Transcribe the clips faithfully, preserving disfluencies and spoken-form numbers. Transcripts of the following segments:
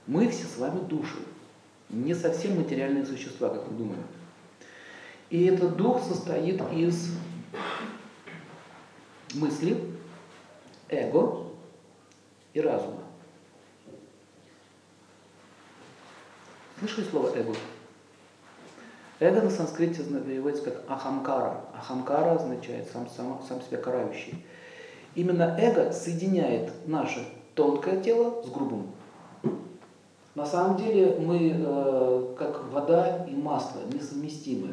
Мы все с вами души, не совсем материальные существа, как мы думаем. И этот дух состоит из мысли, эго и разума. Слышали слово эго? Эго на санскрите переводится как ахамкара. Ахамкара означает сам, сам, сам себя карающий. Именно эго соединяет наше тонкое тело с грубым. На самом деле мы, э, как вода и масло, несовместимы.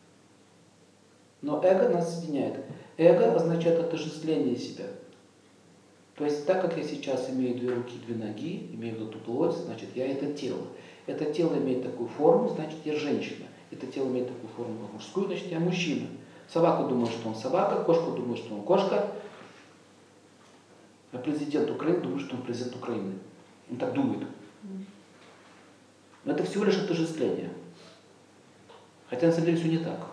Но эго нас соединяет. Эго означает отождествление себя. То есть так как я сейчас имею две руки, две ноги, имею в виду плоть, значит я это тело. Это тело имеет такую форму, значит я женщина. Это тело имеет такую форму мужскую, значит я мужчина. Собака думает, что он собака, кошка думает, что он кошка. А президент Украины думает, что он президент Украины. Он так думает. Но это всего лишь отождествление. Хотя на самом деле все не так.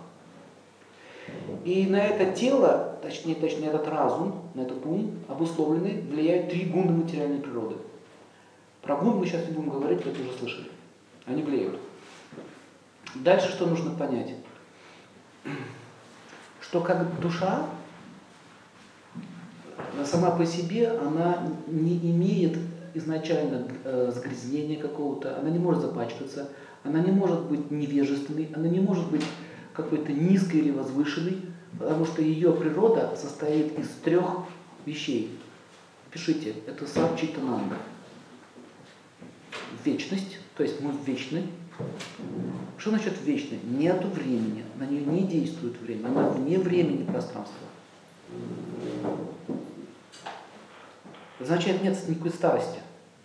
И на это тело, точнее, точнее этот разум, на этот ум обусловленный, влияют три гунны материальной природы. Про гун мы сейчас не будем говорить, вы это уже слышали. Они влияют. Дальше что нужно понять? Что как душа, сама по себе, она не имеет изначально э, загрязнения какого-то, она не может запачкаться, она не может быть невежественной, она не может быть какой-то низкой или возвышенной, потому что ее природа состоит из трех вещей. Пишите, это сабчитананда. Вечность, то есть мы вечны. Что значит вечны? Нету времени, на нее не действует время, она вне времени и пространства. Означает, нет никакой старости.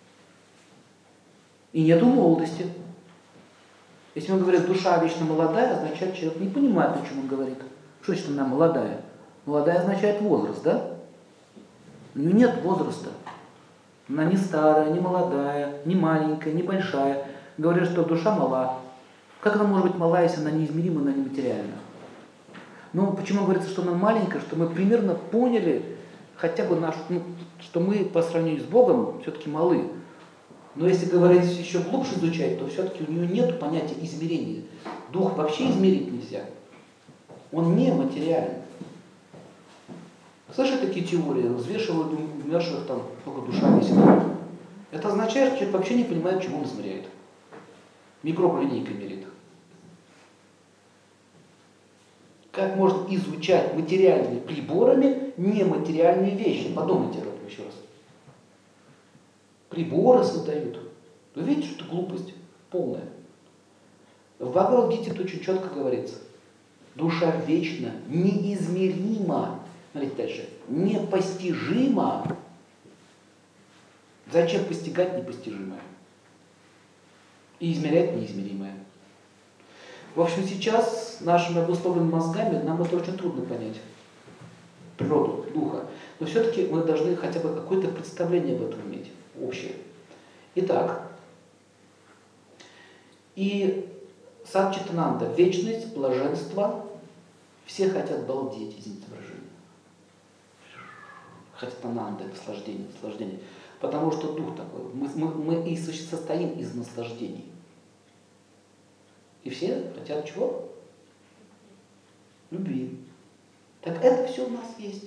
И нету молодости. Если мы говорим, душа вечно молодая, означает, человек не понимает, о чем он говорит. Что значит она молодая? Молодая означает возраст, да? У нее нет возраста. Она не старая, не молодая, не маленькая, не большая. Говорят, что душа мала. Как она может быть мала, если она неизмерима, она нематериальна? Ну, почему говорится, что она маленькая, что мы примерно поняли, хотя бы наш, ну, что мы по сравнению с Богом все-таки малы. Но если говорить еще глубже изучать, то все-таки у нее нет понятия измерения. Дух вообще измерить нельзя. Он не материален. Слышали такие теории? Взвешивают умерших, там, сколько душа весит. Это означает, что человек вообще не понимает, чему он измеряет. Микролинейкой мерит. Как можно изучать материальными приборами нематериальные вещи? Подумайте об этом еще раз. Приборы создают. Вы видите, что это глупость полная. В Бхагавад-гите это очень четко говорится. Душа вечна, неизмерима. Смотрите дальше. Непостижима. Зачем постигать непостижимое? И измерять неизмеримое. В общем, сейчас нашими обусловленными мозгами нам это очень трудно понять. Природу, духа. Но все-таки мы должны хотя бы какое-то представление об этом иметь. Общее. Итак, и сабчитананда, вечность, блаженство, все хотят балдеть, извините выражение. Хотят ананда, это наслаждение, наслаждение. Потому что дух такой, мы, мы, мы и состоим из наслаждений. И все хотят чего? Любви. Так это все у нас есть.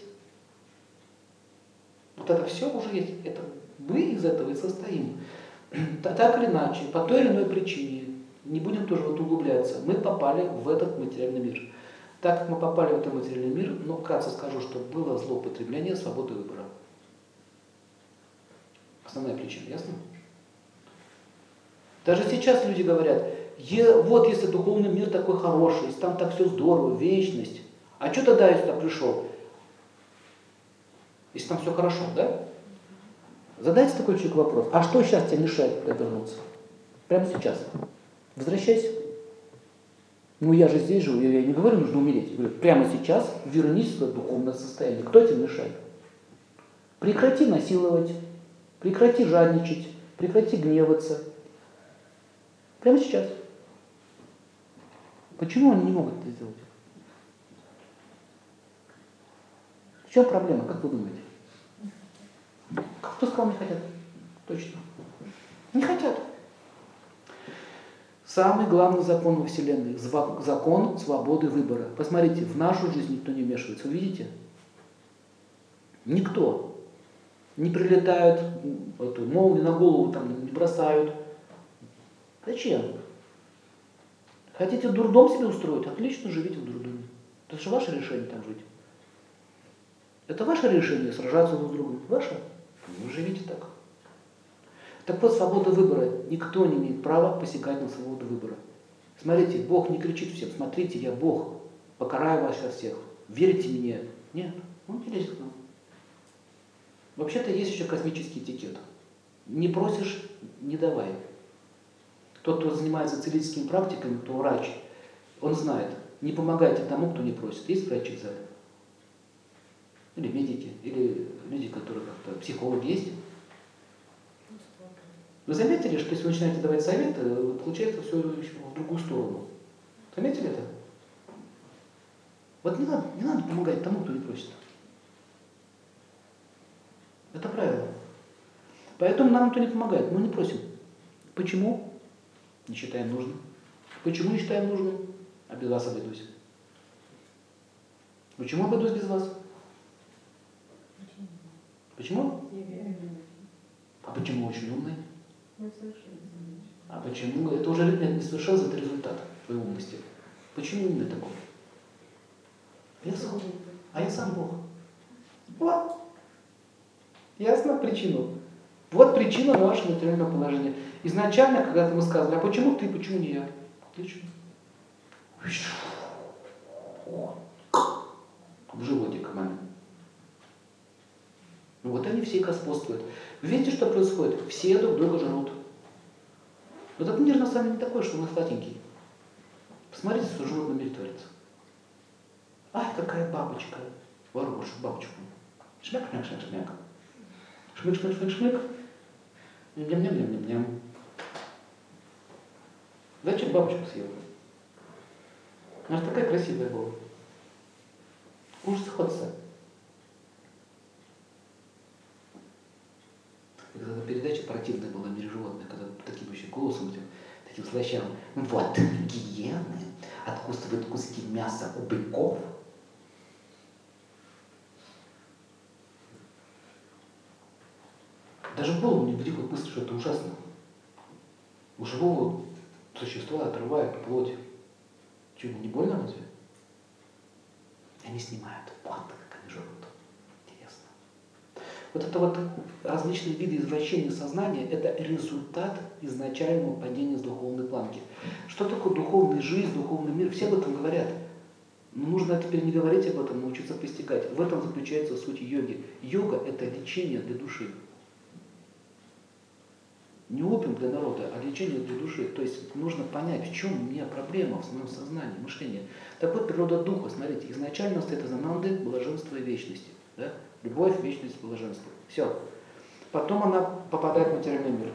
Вот это все уже есть. Это мы из этого и состоим. Так или иначе, по той или иной причине, не будем тоже вот углубляться, мы попали в этот материальный мир. Так как мы попали в этот материальный мир, ну, вкратце скажу, что было злоупотребление свободы выбора. Основная причина, ясно? Даже сейчас люди говорят, е, вот если духовный мир такой хороший, если там так все здорово, вечность, а что тогда я сюда пришел? Если там все хорошо, да? Задайте такой человек вопрос, а что сейчас тебе мешает туда вернуться? Прямо сейчас. Возвращайся. Ну я же здесь живу, я не говорю, нужно умереть. Я говорю, прямо сейчас вернись в свое духовное состояние. Кто тебе мешает? Прекрати насиловать, прекрати жадничать, прекрати гневаться. Прямо сейчас. Почему они не могут это сделать? В чем проблема, как вы думаете? Кто сказал, не хотят? Точно. Не хотят. Самый главный закон во Вселенной – закон свободы выбора. Посмотрите, в нашу жизнь никто не вмешивается. Вы видите? Никто. Не прилетают, эту молнию на голову там не бросают. Зачем? Хотите дурдом себе устроить? Отлично, живите в дурдоме. Это же ваше решение там жить. Это ваше решение сражаться друг с другом. Ваше? Ну, живите так. Так вот, свобода выбора. Никто не имеет права посягать на свободу выбора. Смотрите, Бог не кричит всем: смотрите, я Бог, покараю вас сейчас всех. Верите мне? Нет, Он не лезет к нам. Вообще-то есть еще космический этикет. Не просишь – не давай. Тот, кто занимается целительскими практиками, кто врач, он знает, не помогайте тому, кто не просит. Есть врачи в зале? Или медики, или люди, которые как-то, психологи есть? Вы заметили, что если вы начинаете давать советы, получается все в другую сторону? Заметили это? Вот не надо, не надо помогать тому, кто не просит. Это правило. Поэтому нам никто не помогает, мы не просим. Почему? Не считаем нужным. Почему не считаем нужным? А без вас обойдусь. Почему обойдусь без вас? Почему? А почему очень умный? А почему? Это уже нет, не совершенство, это результат твоей умности. Почему умный такой? Я сам. А я сам Бог. Вот. Ясно причину? Вот причина вашего материального положения. Изначально, когда мы сказали, а почему ты, почему не я? Отлично. В животик маме. Ну вот они все господствуют. Вы видите, что происходит? Все друг друга жрут. Но этот мир на самом деле не такой, что он сладенький. Посмотрите, что в животном мире творится. Ай, какая бабочка. Воробушек бабочку. Шмяк, шмяк, шмяк, шмяк. Шмык, шмык, шмык, шмык. Ням-ням-ням-ням-ням. Зачем бабочку съел? Она же такая красивая была. Ужас ходца. Когда передача противная была в мире животных, когда таким вообще голосом, таким слащавым. Вот, гиены откусывают куски мяса у быков. Даже в голову не приходит мысль, что это ужасно. У живого существа отрывают плоть. Что, не больно разве? Они снимают. Вот как они жрут. Интересно. Вот это вот различные виды извращения сознания – это результат изначального падения с духовной планки. Что такое духовная жизнь, духовный мир? Все об этом говорят. Но нужно теперь не говорить об этом, научиться постигать. В этом заключается суть йоги. Йога – это лечение для души. Не опиум для народа, а лечение для души. То есть нужно понять, в чем у меня проблема в моем сознании, мышлении. Так вот, природа духа, смотрите, изначально стоит из ананды, блаженства и вечности. Да? Любовь, вечность, блаженство. Все. Потом она попадает в материальный мир.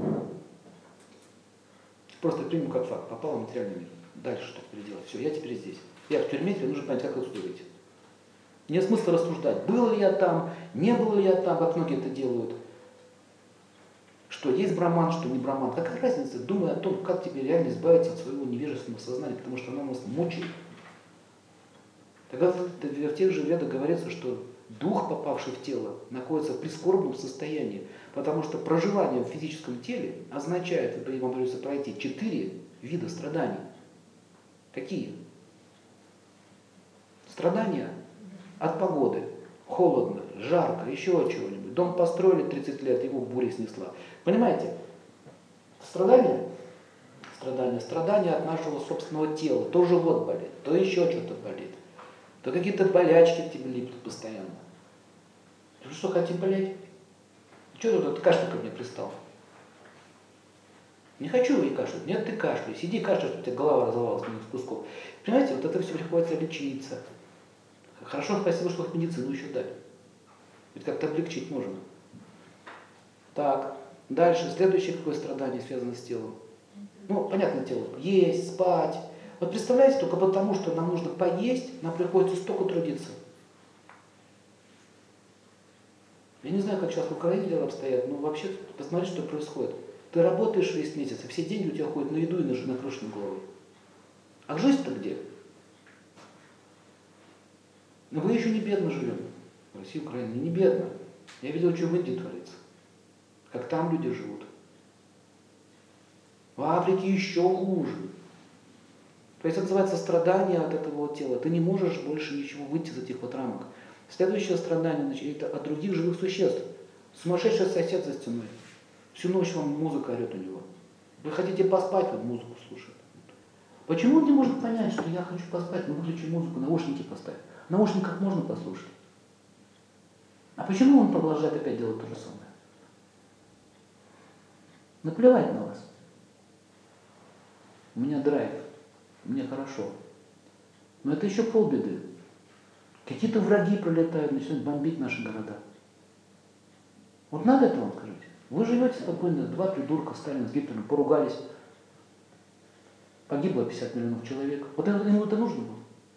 Просто примем как факт. Попала в материальный мир. Дальше что теперь делать? Все, я теперь здесь. Я в тюрьме, тебе нужно понять, как отсюда выйти. Нет смысла рассуждать, был ли я там, не был ли я там, как многие это делают. Что есть браман, что не браман. Какая разница? Думай о том, как тебе реально избавиться от своего невежественного сознания, потому что оно нас мучает. Тогда в тех же ведах говорится, что дух, попавший в тело, находится в прискорбном состоянии, потому что проживание в физическом теле означает, вам придется пройти четыре вида страданий. Какие? Страдания от погоды. Холодно, жарко, еще чего-нибудь. Дом построили тридцать лет, его буря снесла. Понимаете? Страдания? Страдания. Страдания от нашего собственного тела. То живот болит, то еще что-то болит. То какие-то болячки к тебе липнут постоянно. Ты что, хотите болеть? Чего ты тут кашляй ко мне пристал? Не хочу и кашлять. Нет, ты кашляй. Сиди кашляй, чтобы у тебя голова разорвалась на несколько кусков. Понимаете, вот это все приходится лечиться. Хорошо, спасибо, что хоть медицину еще дали. Ведь как-то облегчить можно. Так, дальше. Следующее какое страдание связано с телом? Ну, понятное тело. Есть, спать. Вот представляете, только потому, что нам нужно поесть, нам приходится столько трудиться. Я не знаю, как сейчас в Украине дела обстоят, но вообще посмотрите, что происходит. Ты работаешь весь месяц, и все деньги у тебя ходят на еду и на, на крышу над головой. А жизнь-то где? Но вы еще не бедно живем. В России, Украине не бедно. Я видел, что в Индии творится. Как там люди живут. В Африке еще хуже. То есть это называется страдание от этого вот тела. Ты не можешь больше ничего выйти из этих вот рамок. Следующее страдание, значит, это от других живых существ. Сумасшедший сосед за стеной. Всю ночь вам музыка орет у него. Вы хотите поспать, он музыку слушает. Почему он не может понять, что я хочу поспать, но выключи музыку, наушники поставь. В наушниках можно послушать. А почему он продолжает опять делать то же самое? Наплевать на вас. У меня драйв, мне хорошо. Но это еще полбеды. Какие-то враги пролетают, начинают бомбить наши города. Вот надо это вам сказать? Вы живете спокойно, два придурка, Сталин с Гитлером, поругались. Погибло пятьдесят миллионов человек. Вот это, ему это нужно было?